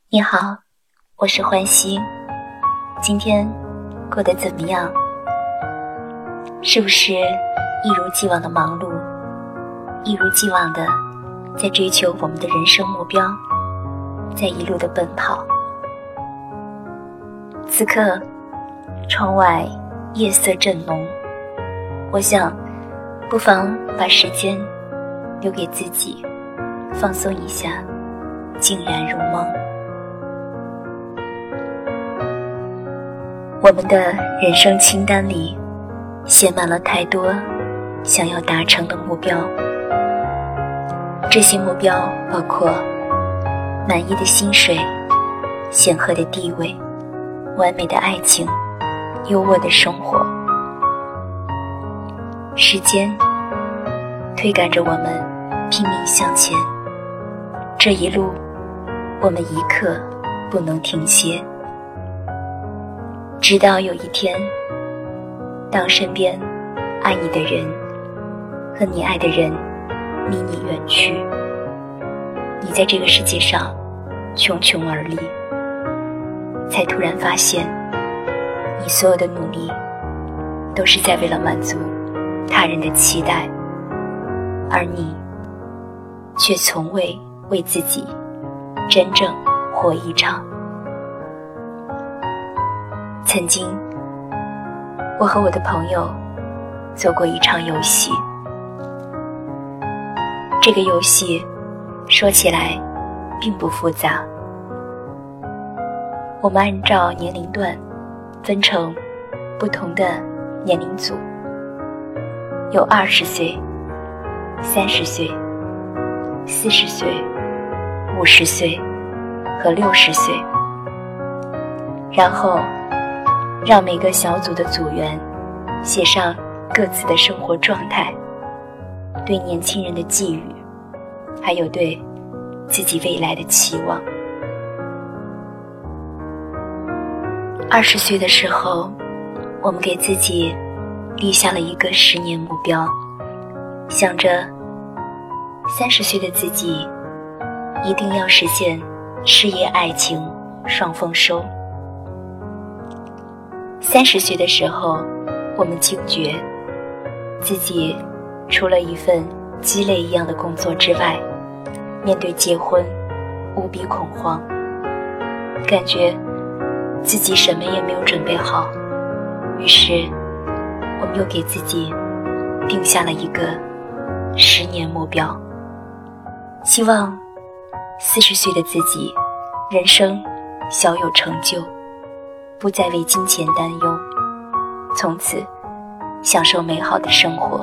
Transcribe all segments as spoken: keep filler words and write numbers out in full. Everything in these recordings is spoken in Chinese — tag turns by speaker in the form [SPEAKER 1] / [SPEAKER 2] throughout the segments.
[SPEAKER 1] 你好，我是欢喜，今天过得怎么样？是不是一如既往的忙碌，一如既往的在追求我们的人生目标，在一路的奔跑？此刻窗外夜色正浓，我想不妨把时间留给自己，放松一下，静然入梦。我们的人生清单里写满了太多想要达成的目标，这些目标包括满意的薪水、显赫的地位、完美的爱情、优渥的生活。时间推赶着我们拼命向前，这一路我们一刻不能停歇，直到有一天，当身边爱你的人和你爱的人离你远去，你在这个世界上穷穷而立，才突然发现你所有的努力都是在为了满足他人的期待，而你却从未为自己真正活一场。曾经我和我的朋友做过一场游戏，这个游戏说起来并不复杂，我们按照年龄段分成不同的年龄组，有二十岁、三十岁、四十岁、五十岁和六十岁，然后让每个小组的组员写上各自的生活状态，对年轻人的寄语，还有对自己未来的期望。二十岁的时候，我们给自己立下了一个十年目标，想着三十岁的自己一定要实现事业爱情双丰收。三十岁的时候，我们惊觉自己除了一份鸡肋一样的工作之外，面对结婚无比恐慌，感觉自己什么也没有准备好。于是我们又给自己定下了一个十年目标，希望四十岁的自己人生小有成就，不再为金钱担忧，从此享受美好的生活。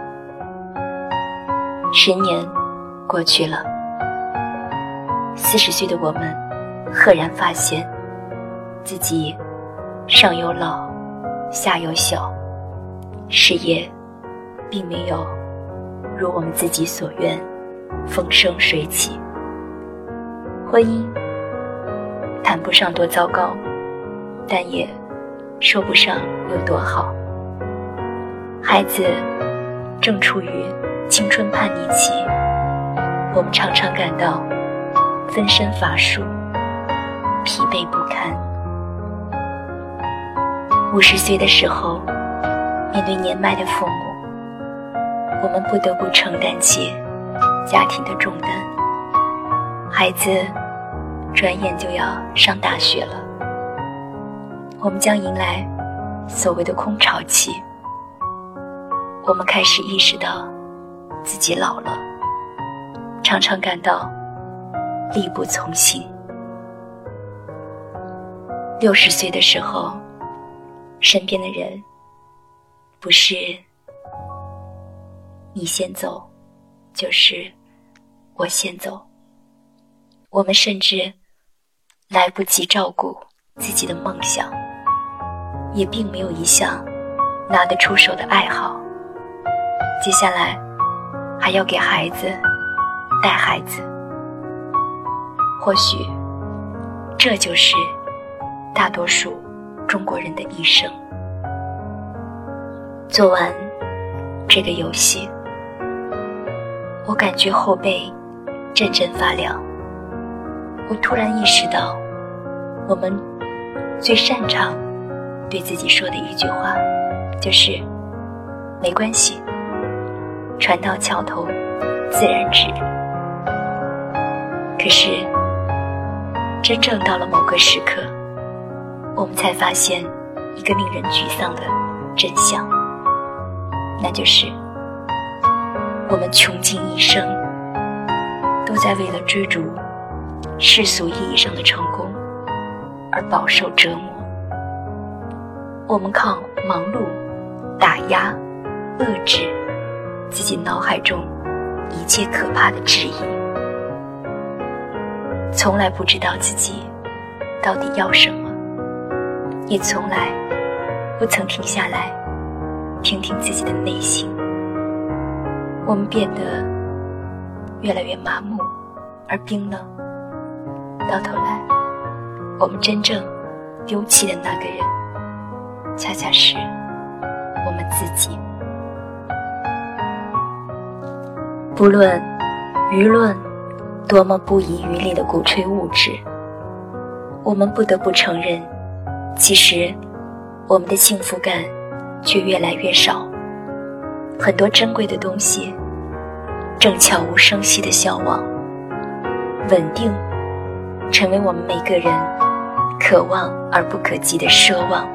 [SPEAKER 1] 十年过去了，四十岁的我们赫然发现自己上有老下有小，事业并没有如我们自己所愿风生水起，婚姻谈不上多糟糕，但也说不上有多好。孩子正处于青春叛逆期，我们常常感到分身乏术，疲惫不堪。五十岁的时候，面对年迈的父母，我们不得不承担起家庭的重担。孩子转眼就要上大学了，我们将迎来所谓的空巢期。我们开始意识到自己老了，常常感到力不从心。六十岁的时候，身边的人不是你先走，就是我先走。我们甚至来不及照顾自己的梦想，也并没有一项拿得出手的爱好。接下来还要给孩子带孩子，或许这就是大多数中国人的一生。做完这个游戏，我感觉后背阵阵发凉， 我突然意识到，我们最擅长对自己说的一句话就是没关系，船到桥头自然直。可是真正到了某个时刻，我们才发现一个令人沮丧的真相，那就是我们穷尽一生都在为了追逐世俗意义上的成功而饱受折磨。我们靠忙碌打压遏制自己脑海中一切可怕的质疑，从来不知道自己到底要什么，也从来不曾停下来听听自己的内心。我们变得越来越麻木而冰冷，到头来我们真正丢弃的那个人恰恰是我们自己。不论舆论多么不遗余力地鼓吹物质，我们不得不承认，其实我们的幸福感却越来越少。很多珍贵的东西正悄无声息地消亡，稳定成为我们每个人可望而不可及的奢望。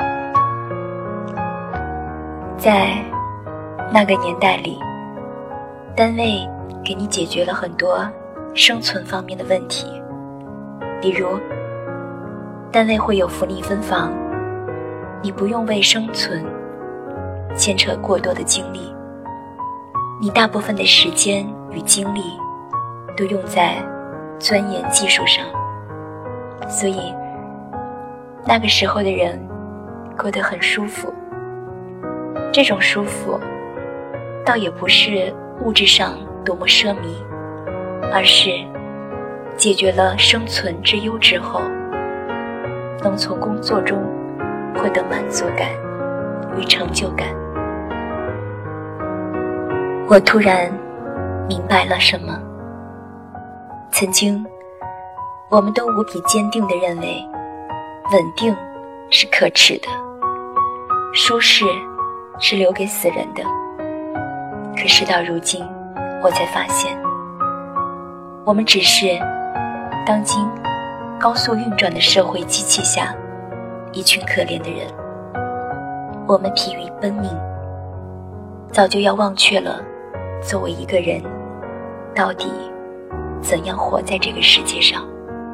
[SPEAKER 1] 在那个年代里，单位给你解决了很多生存方面的问题，比如单位会有福利分房，你不用为生存牵扯过多的精力，你大部分的时间与精力都用在钻研技术上，所以那个时候的人过得很舒服。这种舒服倒也不是物质上多么奢靡，而是解决了生存之忧之后，能从工作中获得满足感与成就感。我突然明白了什么。曾经我们都无比坚定地认为稳定是可耻的，舒适是留给死人的。可事到如今，我才发现，我们只是当今高速运转的社会机器下一群可怜的人。我们疲于奔命，早就要忘却了作为一个人到底怎样活在这个世界上。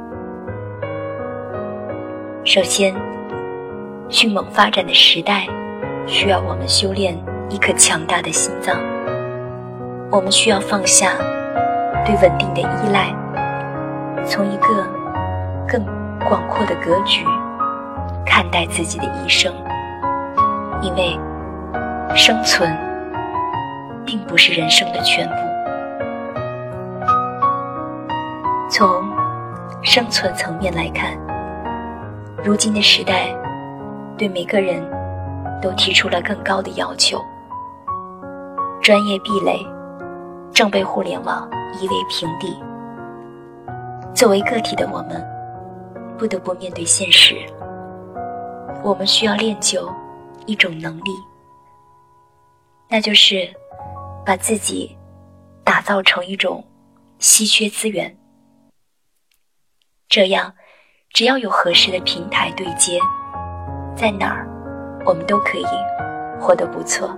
[SPEAKER 1] 首先，迅猛发展的时代需要我们修炼一颗强大的心脏，我们需要放下对稳定的依赖，从一个更广阔的格局看待自己的一生。因为生存并不是人生的全部。从生存层面来看，如今的时代对每个人都提出了更高的要求，专业壁垒正被互联网夷为平地。作为个体的我们不得不面对现实，我们需要练就一种能力，那就是把自己打造成一种稀缺资源。这样只要有合适的平台对接，在哪儿我们都可以活得不错。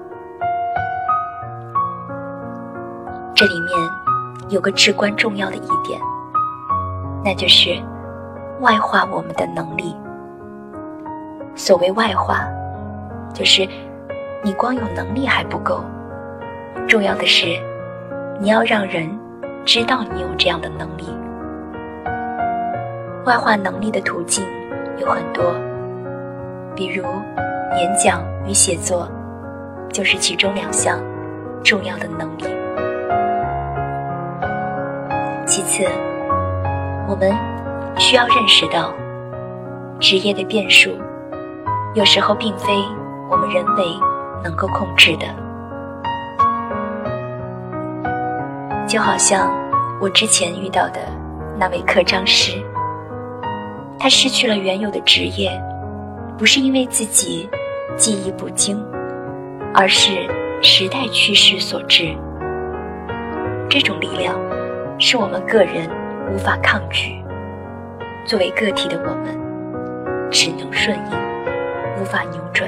[SPEAKER 1] 这里面有个至关重要的一点，那就是外化我们的能力。所谓外化，就是你光有能力还不够，重要的是你要让人知道你有这样的能力。外化能力的途径有很多，比如演讲与写作就是其中两项重要的能力。其次，我们需要认识到职业的变数有时候并非我们人为能够控制的。就好像我之前遇到的那位刻章师， 他失去了原有的职业，不是因为自己技艺不精，而是时代趋势所致。这种力量是我们个人无法抗拒，作为个体的我们只能顺应，无法扭转。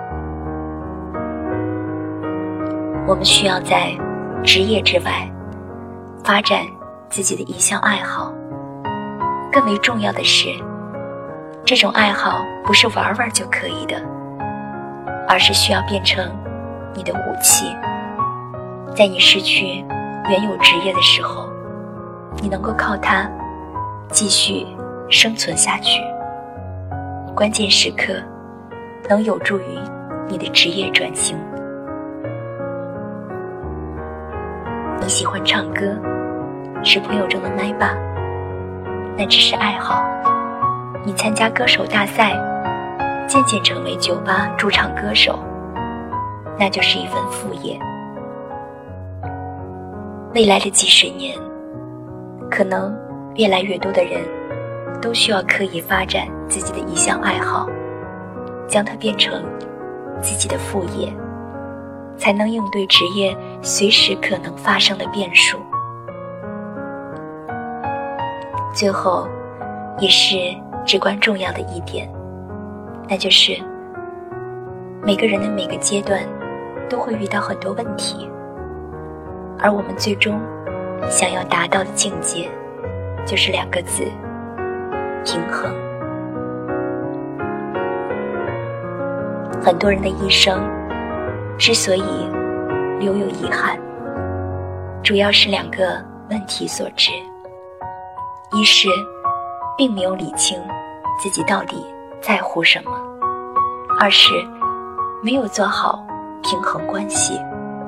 [SPEAKER 1] 我们需要在职业之外发展自己的一项爱好，更为重要的是，这种爱好不是玩玩就可以的，而是需要变成你的武器。在你失去原有职业的时候，你能够靠它继续生存下去，关键时刻能有助于你的职业转型。你喜欢唱歌，是朋友中的麦霸，那只是爱好。你参加歌手大赛，渐渐成为酒吧驻唱歌手，那就是一份副业。未来的几十年，可能越来越多的人都需要刻意发展自己的一项爱好，将它变成自己的副业，才能应对职业随时可能发生的变数。最后，也是至关重要的一点，那就是每个人的每个阶段都会遇到很多问题，而我们最终想要达到的境界就是两个字：平衡。很多人的一生之所以留有遗憾，主要是两个问题所致。一是并没有理清自己到底在乎什么，二是没有做好平衡关系。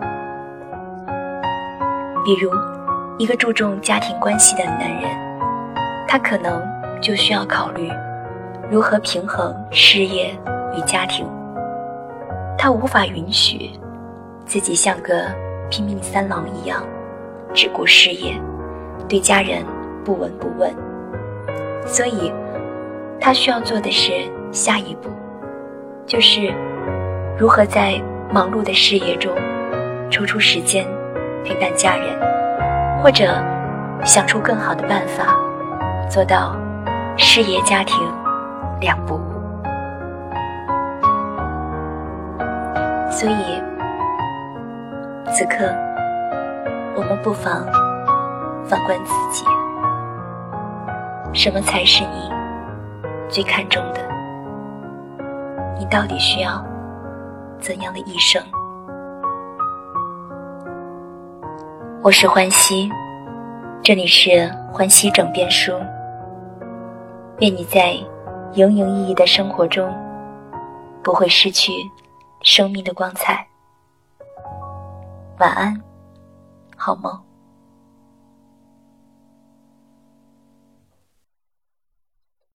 [SPEAKER 1] 比如一个注重家庭关系的男人，他可能就需要考虑如何平衡事业与家庭。他无法允许自己像个拼命三郎一样只顾事业，对家人不闻不问，所以他需要做的是下一步，就是如何在忙碌的事业中抽出时间陪伴家人，或者想出更好的办法做到事业家庭两不误。所以此刻我们不妨反观自己，什么才是你最看重的？你到底需要怎样的一生？我是欢喜，这里是欢喜枕边书。愿你在营营役役的生活中不会失去生命的光彩。晚安，好梦。